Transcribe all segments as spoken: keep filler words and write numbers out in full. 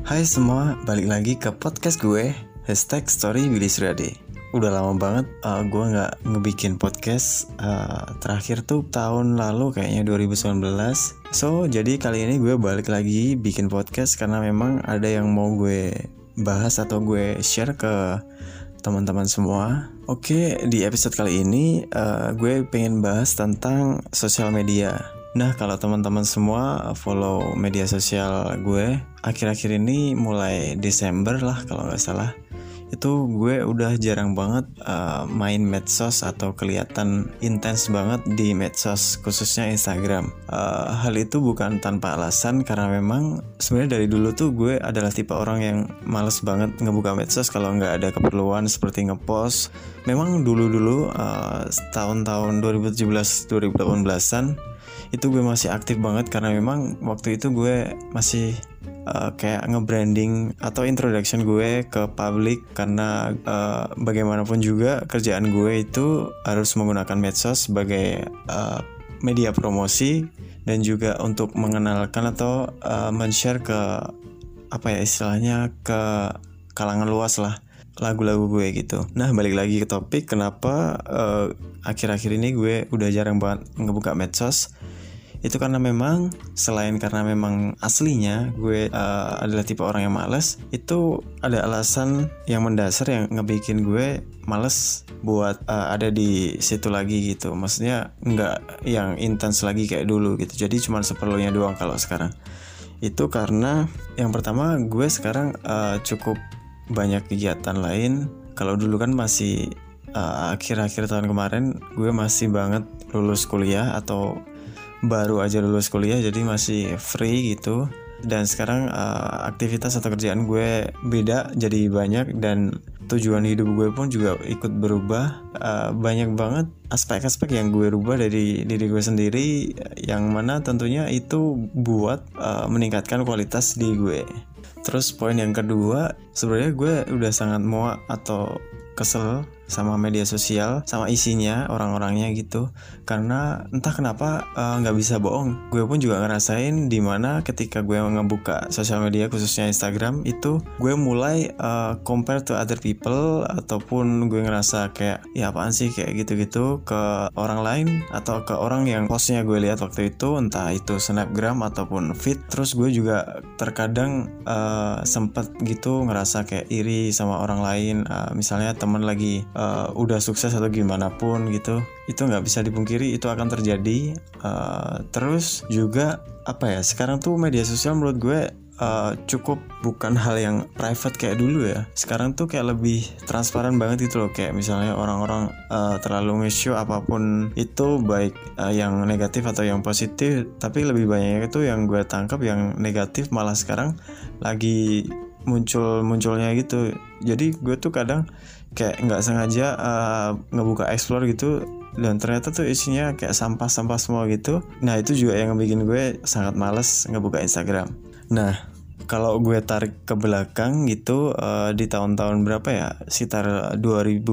Hai semua, balik lagi ke podcast gue Hashtag Story Willy Suryadi. Udah lama banget uh, gue gak ngebikin podcast. uh, Terakhir tuh tahun lalu kayaknya dua ribu sembilan belas. So jadi kali ini gue balik lagi bikin podcast karena memang ada yang mau gue bahas atau gue share ke teman-teman semua. Oke, di episode kali ini uh, gue pengen bahas tentang sosial media. Nah, kalau teman-teman semua follow media sosial gue akhir-akhir ini mulai Desember lah kalau nggak salah, itu gue udah jarang banget uh, main medsos atau kelihatan intens banget di medsos, khususnya Instagram. Uh, hal itu bukan tanpa alasan karena memang sebenarnya dari dulu tuh gue adalah tipe orang yang males banget ngebuka medsos kalau nggak ada keperluan seperti ngepost. Memang dulu-dulu uh, tahun-tahun dua ribu tujuh belas dua ribu delapan belasan itu gue masih aktif banget karena memang waktu itu gue masih uh, kayak nge-branding atau introduction gue ke publik karena uh, bagaimanapun juga kerjaan gue itu harus menggunakan medsos sebagai uh, media promosi dan juga untuk mengenalkan atau uh, men-share ke apa ya istilahnya ke kalangan luas lah lagu-lagu gue gitu. Nah, balik lagi ke topik kenapa uh, akhir-akhir ini gue udah jarang banget ngebuka medsos. Itu karena memang selain karena memang aslinya gue uh, adalah tipe orang yang malas, itu ada alasan yang mendasar yang ngebikin gue males buat uh, ada di situ lagi gitu. Maksudnya nggak yang intens lagi kayak dulu gitu. Jadi cuma seperlunya doang kalau sekarang. Itu karena yang pertama gue sekarang uh, cukup banyak kegiatan lain. Kalau dulu kan masih uh, akhir-akhir tahun kemarin gue masih banget lulus kuliah atau baru aja lulus kuliah, jadi masih free gitu. Dan sekarang uh, aktivitas atau kerjaan gue beda, jadi banyak, dan tujuan hidup gue pun juga ikut berubah. uh, Banyak banget aspek-aspek yang gue rubah dari diri gue sendiri, yang mana tentunya itu buat uh, meningkatkan kualitas di gue. Terus poin yang kedua, sebenarnya gue udah sangat muak atau kesel sama media sosial, sama isinya, orang-orangnya gitu. Karena entah kenapa nggak uh, bisa bohong, gue pun juga ngerasain dimana ketika gue ngebuka sosial media khususnya Instagram itu gue mulai uh, compare to other people, ataupun gue ngerasa kayak ya apaan sih kayak gitu-gitu ke orang lain atau ke orang yang postnya gue lihat waktu itu, entah itu snapgram ataupun feed. Terus gue juga terkadang uh, sempet gitu ngerasa kayak iri sama orang lain, uh, misalnya teman lagi Uh, udah sukses atau gimana pun gitu, itu nggak bisa dipungkiri itu akan terjadi. Uh, terus juga apa ya, sekarang tuh media sosial menurut gue uh, cukup bukan hal yang private kayak dulu ya. Sekarang tuh kayak lebih transparan banget gitu loh. Kayak misalnya orang-orang uh, terlalu nge-show apapun itu, baik uh, yang negatif atau yang positif, tapi lebih banyak itu yang gue tangkap yang negatif malah sekarang lagi muncul-munculnya gitu. Jadi gue tuh kadang kayak nggak sengaja uh, ngebuka explore gitu, dan ternyata tuh isinya kayak sampah-sampah semua gitu. Nah, itu juga yang bikin gue sangat males ngebuka Instagram. Nah, kalau gue tarik ke belakang gitu, uh, di tahun-tahun berapa ya, sekitar dua ribu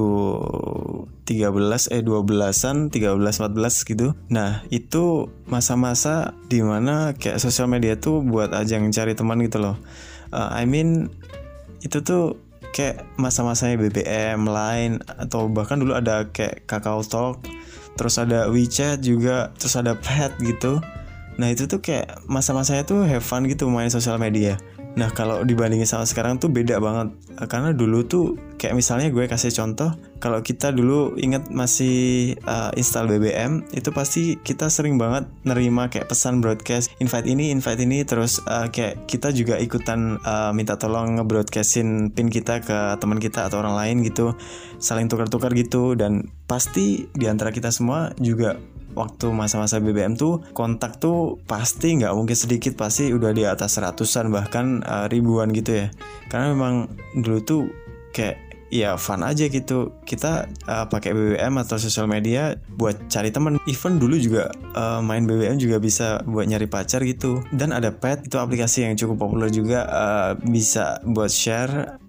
tiga belas eh dua belasan, tiga belas empat belas gitu. Nah, itu masa-masa dimana kayak sosial media tuh buat ajang cari teman gitu loh. uh, I mean itu tuh kayak masa-masanya B B M, Line, atau bahkan dulu ada kayak Kakao Talk, terus ada WeChat juga, terus ada Pet gitu. Nah, itu tuh kayak masa-masanya tuh have fun gitu main sosial media. Nah, kalau dibandingin sama sekarang tuh beda banget. Karena dulu tuh kayak misalnya gue kasih contoh, kalau kita dulu inget masih uh, install B B M, itu pasti kita sering banget nerima kayak pesan broadcast, invite ini, invite ini, terus uh, kayak kita juga ikutan uh, minta tolong nge-broadcastin pin kita ke teman kita atau orang lain gitu, saling tukar-tukar gitu. Dan pasti diantara kita semua juga waktu masa-masa B B M tuh kontak tuh pasti nggak mungkin sedikit, pasti udah di atas ratusan bahkan uh, ribuan gitu ya. Karena memang dulu tuh kayak ya fun aja gitu, kita uh, pakai B B M atau sosial media buat cari teman. Even dulu juga uh, main B B M juga bisa buat nyari pacar gitu. Dan ada Pet, itu aplikasi yang cukup populer juga, uh, bisa buat share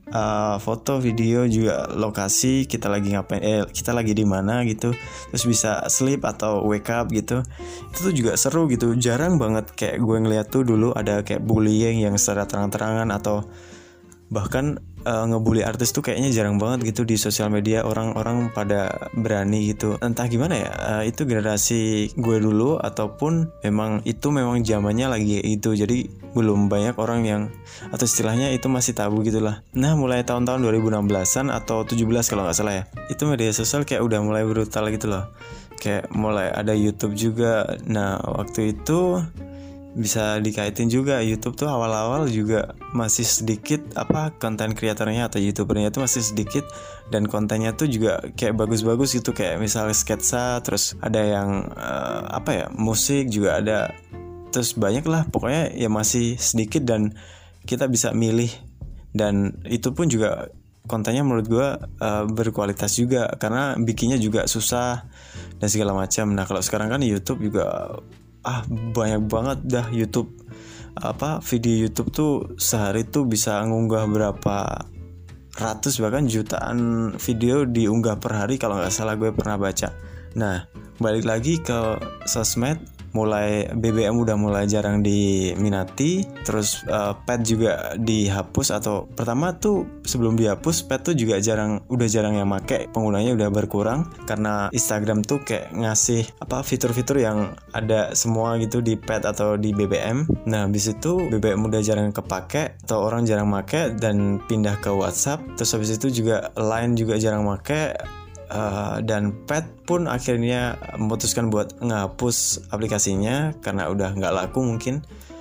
uh, foto, video, juga lokasi kita lagi ngapain, eh kita lagi di mana gitu. Terus bisa sleep atau wake up gitu. Itu tuh juga seru gitu. Jarang banget kayak gue ngeliat tuh dulu ada kayak bullying yang secara terang-terangan atau bahkan uh, ngebully artis tuh kayaknya jarang banget gitu di sosial media. Orang-orang pada berani gitu. Entah gimana ya, uh, itu generasi gue dulu ataupun memang itu memang zamannya lagi itu. Jadi belum banyak orang yang, atau istilahnya itu masih tabu gitulah. Nah mulai tahun-tahun dua ribu enam belasan atau tujuh belas kalau gak salah ya, itu media sosial kayak udah mulai brutal gitu loh. Kayak mulai ada YouTube juga. Nah waktu itu bisa dikaitin juga, YouTube tuh awal-awal juga masih sedikit apa konten kreatornya atau youtubernya tuh masih sedikit, dan kontennya tuh juga kayak bagus-bagus gitu, kayak misalnya sketsa, terus ada yang uh, apa ya musik juga ada, terus banyak lah pokoknya ya masih sedikit dan kita bisa milih, dan itu pun juga kontennya menurut gue uh, berkualitas juga karena bikinnya juga susah dan segala macam. Nah kalau sekarang kan YouTube juga ah banyak banget dah YouTube, apa video YouTube tuh sehari tuh bisa ngunggah berapa ratus bahkan jutaan video diunggah per hari kalau nggak salah, gue pernah baca. Nah balik lagi ke sosmed, mulai B B M udah mulai jarang diminati, terus uh, pet juga dihapus, atau pertama tuh sebelum dihapus pet tuh juga jarang, udah jarang yang make, penggunanya udah berkurang karena Instagram tuh kayak ngasih apa fitur-fitur yang ada semua gitu di pet atau di B B M. Nah habis itu B B M udah jarang kepake atau orang jarang make dan pindah ke WhatsApp, terus habis itu juga Line juga jarang make. Uh, dan Pet pun akhirnya memutuskan buat ngehapus aplikasinya karena udah nggak laku mungkin.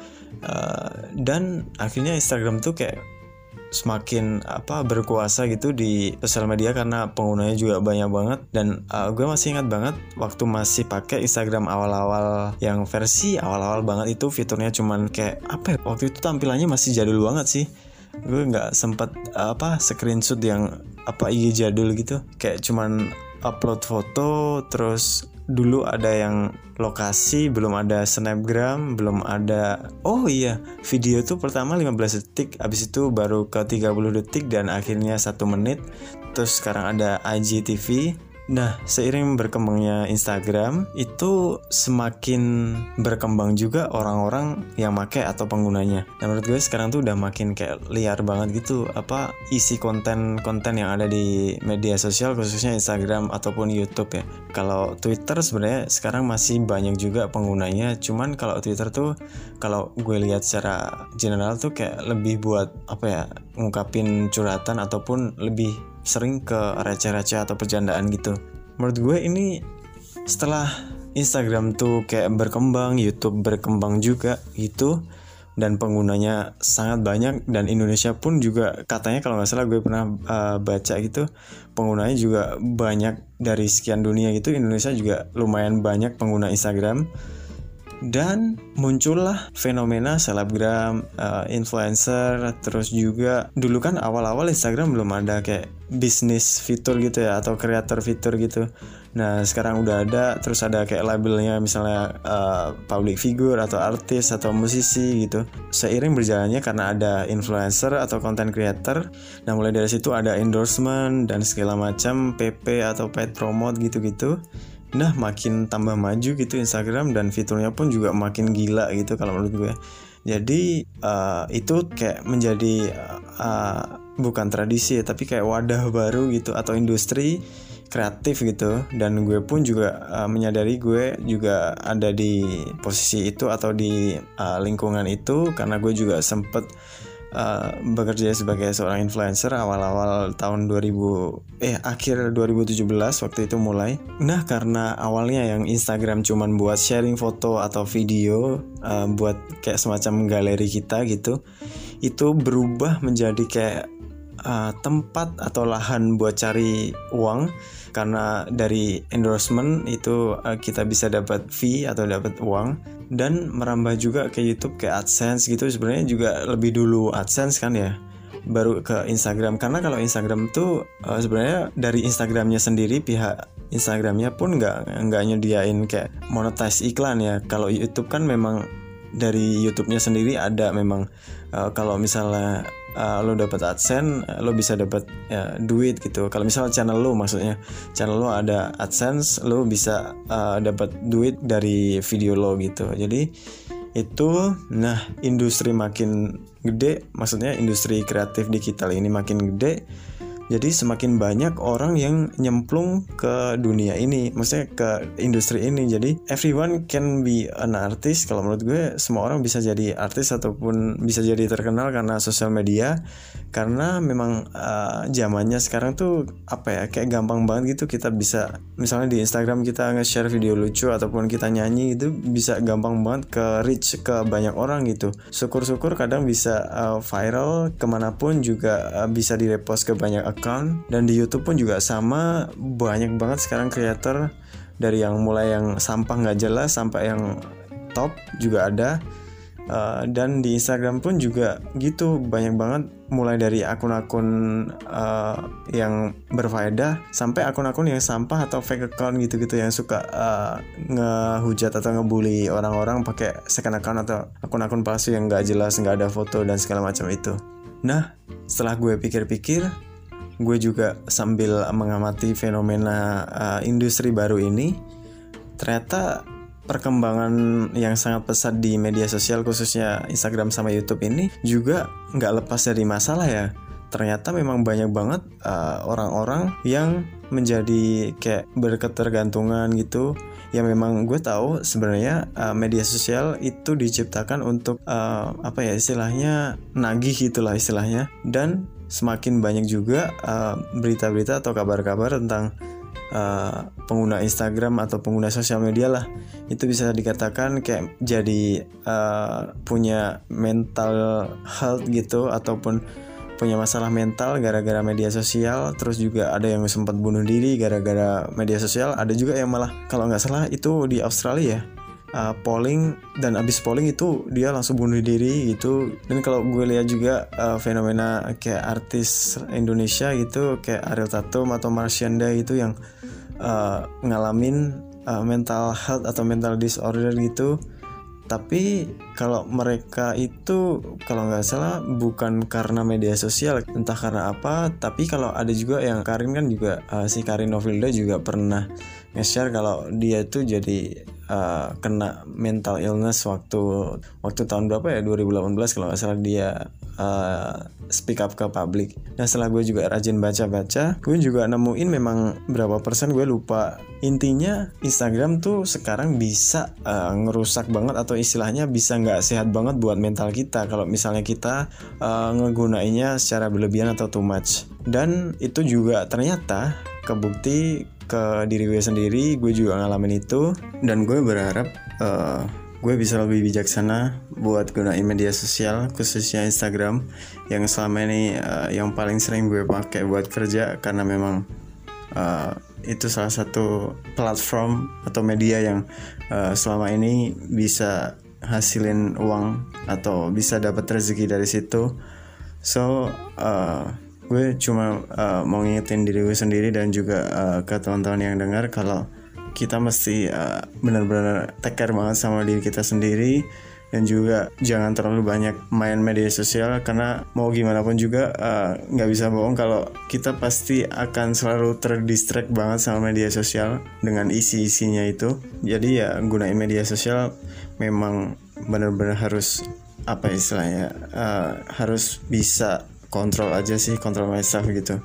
Uh, dan akhirnya Instagram tuh kayak semakin apa berkuasa gitu di sosial media karena penggunanya juga banyak banget. Dan uh, gue masih ingat banget waktu masih pakai Instagram awal-awal, yang versi awal-awal banget itu fiturnya cuman kayak apa ya, waktu itu tampilannya masih jadul banget sih. Gue nggak sempet apa screenshot yang apa I G jadul gitu, kayak cuman upload foto. Terus dulu ada yang lokasi, belum ada snapgram, belum ada, oh iya video tuh pertama lima belas detik, abis itu baru ke tiga puluh detik dan akhirnya satu menit. Terus sekarang ada I G T V. Nah seiring berkembangnya Instagram itu semakin berkembang juga orang-orang yang make atau penggunanya. Nah menurut gue sekarang tuh udah makin kayak liar banget gitu apa isi konten-konten yang ada di media sosial, khususnya Instagram ataupun YouTube ya. Kalau Twitter sebenarnya sekarang masih banyak juga penggunanya, cuman kalau Twitter tuh kalau gue lihat secara general tuh kayak lebih buat apa ya, ngungkapin curhatan ataupun lebih sering ke receh-receh atau bercandaan gitu. Menurut gue ini setelah Instagram tuh kayak berkembang, YouTube berkembang juga gitu, dan penggunanya sangat banyak, dan Indonesia pun juga katanya kalau nggak salah gue pernah uh, baca gitu, penggunanya juga banyak dari sekian dunia gitu. Indonesia juga lumayan banyak pengguna Instagram. Dan muncullah fenomena selebgram, uh, influencer. Terus juga dulu kan awal-awal Instagram belum ada kayak bisnis fitur gitu ya, atau kreator fitur gitu. Nah sekarang udah ada. Terus ada kayak labelnya misalnya uh, public figure atau artis atau musisi gitu. Seiring berjalannya karena ada influencer atau content creator, nah mulai dari situ ada endorsement dan segala macam P P atau paid promote gitu-gitu. Nah makin tambah maju gitu Instagram, dan fiturnya pun juga makin gila gitu kalau menurut gue. Jadi uh, itu kayak menjadi uh, bukan tradisi ya, tapi kayak wadah baru gitu atau industri kreatif gitu. Dan gue pun juga uh, menyadari gue juga ada di posisi itu atau di uh, lingkungan itu, karena gue juga sempet Uh, bekerja sebagai seorang influencer awal-awal tahun dua ribu eh akhir dua ribu tujuh belas waktu itu mulai. Nah karena awalnya yang Instagram cuman buat sharing foto atau video, uh, buat kayak semacam galeri kita gitu, itu berubah menjadi kayak uh, tempat atau lahan buat cari uang. Karena dari endorsement itu uh, kita bisa dapat fee atau dapat uang, dan merambah juga ke YouTube kayak AdSense gitu. Sebenarnya juga lebih dulu AdSense kan ya, baru ke Instagram. Karena kalau Instagram tuh uh, sebenarnya dari Instagramnya sendiri, pihak Instagramnya pun nggak nggak nyediain kayak monetize iklan ya. Kalau YouTube kan memang dari YouTube-nya sendiri ada memang uh, kalau misalnya uh, lo dapat AdSense, lo bisa dapat ya, duit gitu. Kalau misalnya channel lo, maksudnya channel lo ada AdSense, lo bisa uh, dapat duit dari video lo gitu. Jadi itu, nah industri makin gede, maksudnya industri kreatif digital ini makin gede. Jadi semakin banyak orang yang nyemplung ke dunia ini, maksudnya ke industri ini. Jadi everyone can be an artist. Kalau menurut gue semua orang bisa jadi artis ataupun bisa jadi terkenal karena sosial media. Karena memang uh, zamannya sekarang tuh apa ya, kayak gampang banget gitu. Kita bisa misalnya di Instagram kita nge-share video lucu ataupun kita nyanyi, itu bisa gampang banget ke reach ke banyak orang gitu. Syukur-syukur kadang bisa uh, viral kemanapun, juga uh, bisa direpost ke banyak account. Dan di YouTube pun juga sama, banyak banget sekarang kreator, dari yang mulai yang sampah nggak jelas sampai yang top juga ada. Uh, dan di Instagram pun juga gitu, banyak banget, mulai dari akun-akun uh, yang berfaedah sampai akun-akun yang sampah atau fake account gitu-gitu yang suka uh, ngehujat atau ngebully orang-orang pakai second account atau akun-akun palsu yang nggak jelas, nggak ada foto dan segala macam itu. Nah, setelah gue pikir-pikir, gue juga sambil mengamati fenomena uh, industri baru ini, ternyata perkembangan yang sangat pesat di media sosial khususnya Instagram sama YouTube ini juga nggak lepas dari masalah ya. Ternyata memang banyak banget uh, orang-orang yang menjadi kayak berketergantungan gitu. Ya memang gue tahu sebenarnya uh, media sosial itu diciptakan untuk uh, apa ya istilahnya, nagih gitulah istilahnya. Dan semakin banyak juga uh, berita-berita atau kabar-kabar tentang Uh, pengguna Instagram atau pengguna sosial media lah, itu bisa dikatakan kayak jadi uh, punya mental health gitu, ataupun punya masalah mental gara-gara media sosial. Terus juga ada yang sempat bunuh diri gara-gara media sosial. Ada juga yang malah, kalau nggak salah itu di Australia ya, uh, polling, dan abis polling itu dia langsung bunuh diri gitu. Dan kalau gue lihat juga uh, fenomena kayak artis Indonesia gitu, kayak Ariel Tatum atau Marshanda itu yang uh, ngalamin uh, mental health atau mental disorder gitu. Tapi kalau mereka itu kalau nggak salah bukan karena media sosial, entah karena apa. Tapi kalau ada juga yang Karin kan juga uh, si Karin Novilda juga pernah nge-share kalau dia tuh jadi uh, kena mental illness waktu waktu tahun berapa ya, dua ribu delapan belas kalau nggak salah dia uh, speak up ke publik. Nah setelah gue juga rajin baca-baca, gue juga nemuin memang berapa persen gue lupa. Intinya Instagram tuh sekarang bisa uh, ngerusak banget, atau istilahnya bisa nggak sehat banget buat mental kita kalau misalnya kita uh, ngegunainnya secara berlebihan atau too much. Dan itu juga ternyata kebukti ke diri gue sendiri, gue juga ngalamin itu. Dan gue berharap uh, gue bisa lebih bijaksana buat gunain media sosial, khususnya Instagram yang selama ini uh, yang paling sering gue pakai buat kerja, karena memang uh, itu salah satu platform atau media yang uh, selama ini bisa hasilin uang atau bisa dapat rezeki dari situ. So uh, gue cuma uh, mau ngingetin diri gue sendiri dan juga uh, ke teman-teman yang dengar kalau kita mesti uh, benar-benar take care banget sama diri kita sendiri. Dan juga jangan terlalu banyak main media sosial, karena mau gimana pun juga nggak uh, bisa bohong kalau kita pasti akan selalu terdistract banget sama media sosial dengan isi-isinya itu. Jadi ya gunain media sosial memang benar-benar harus apa istilahnya uh, harus bisa kontrol aja sih, kontrol myself gitu.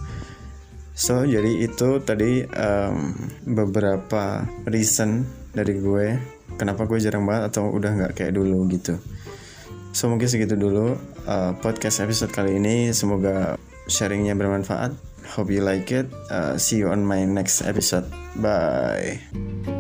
So jadi itu tadi um, beberapa reason dari gue kenapa gue jarang banget atau udah gak kayak dulu gitu. So mungkin segitu dulu uh, podcast episode kali ini. Semoga sharingnya bermanfaat. Hope you like it. uh, See you on my next episode. Bye.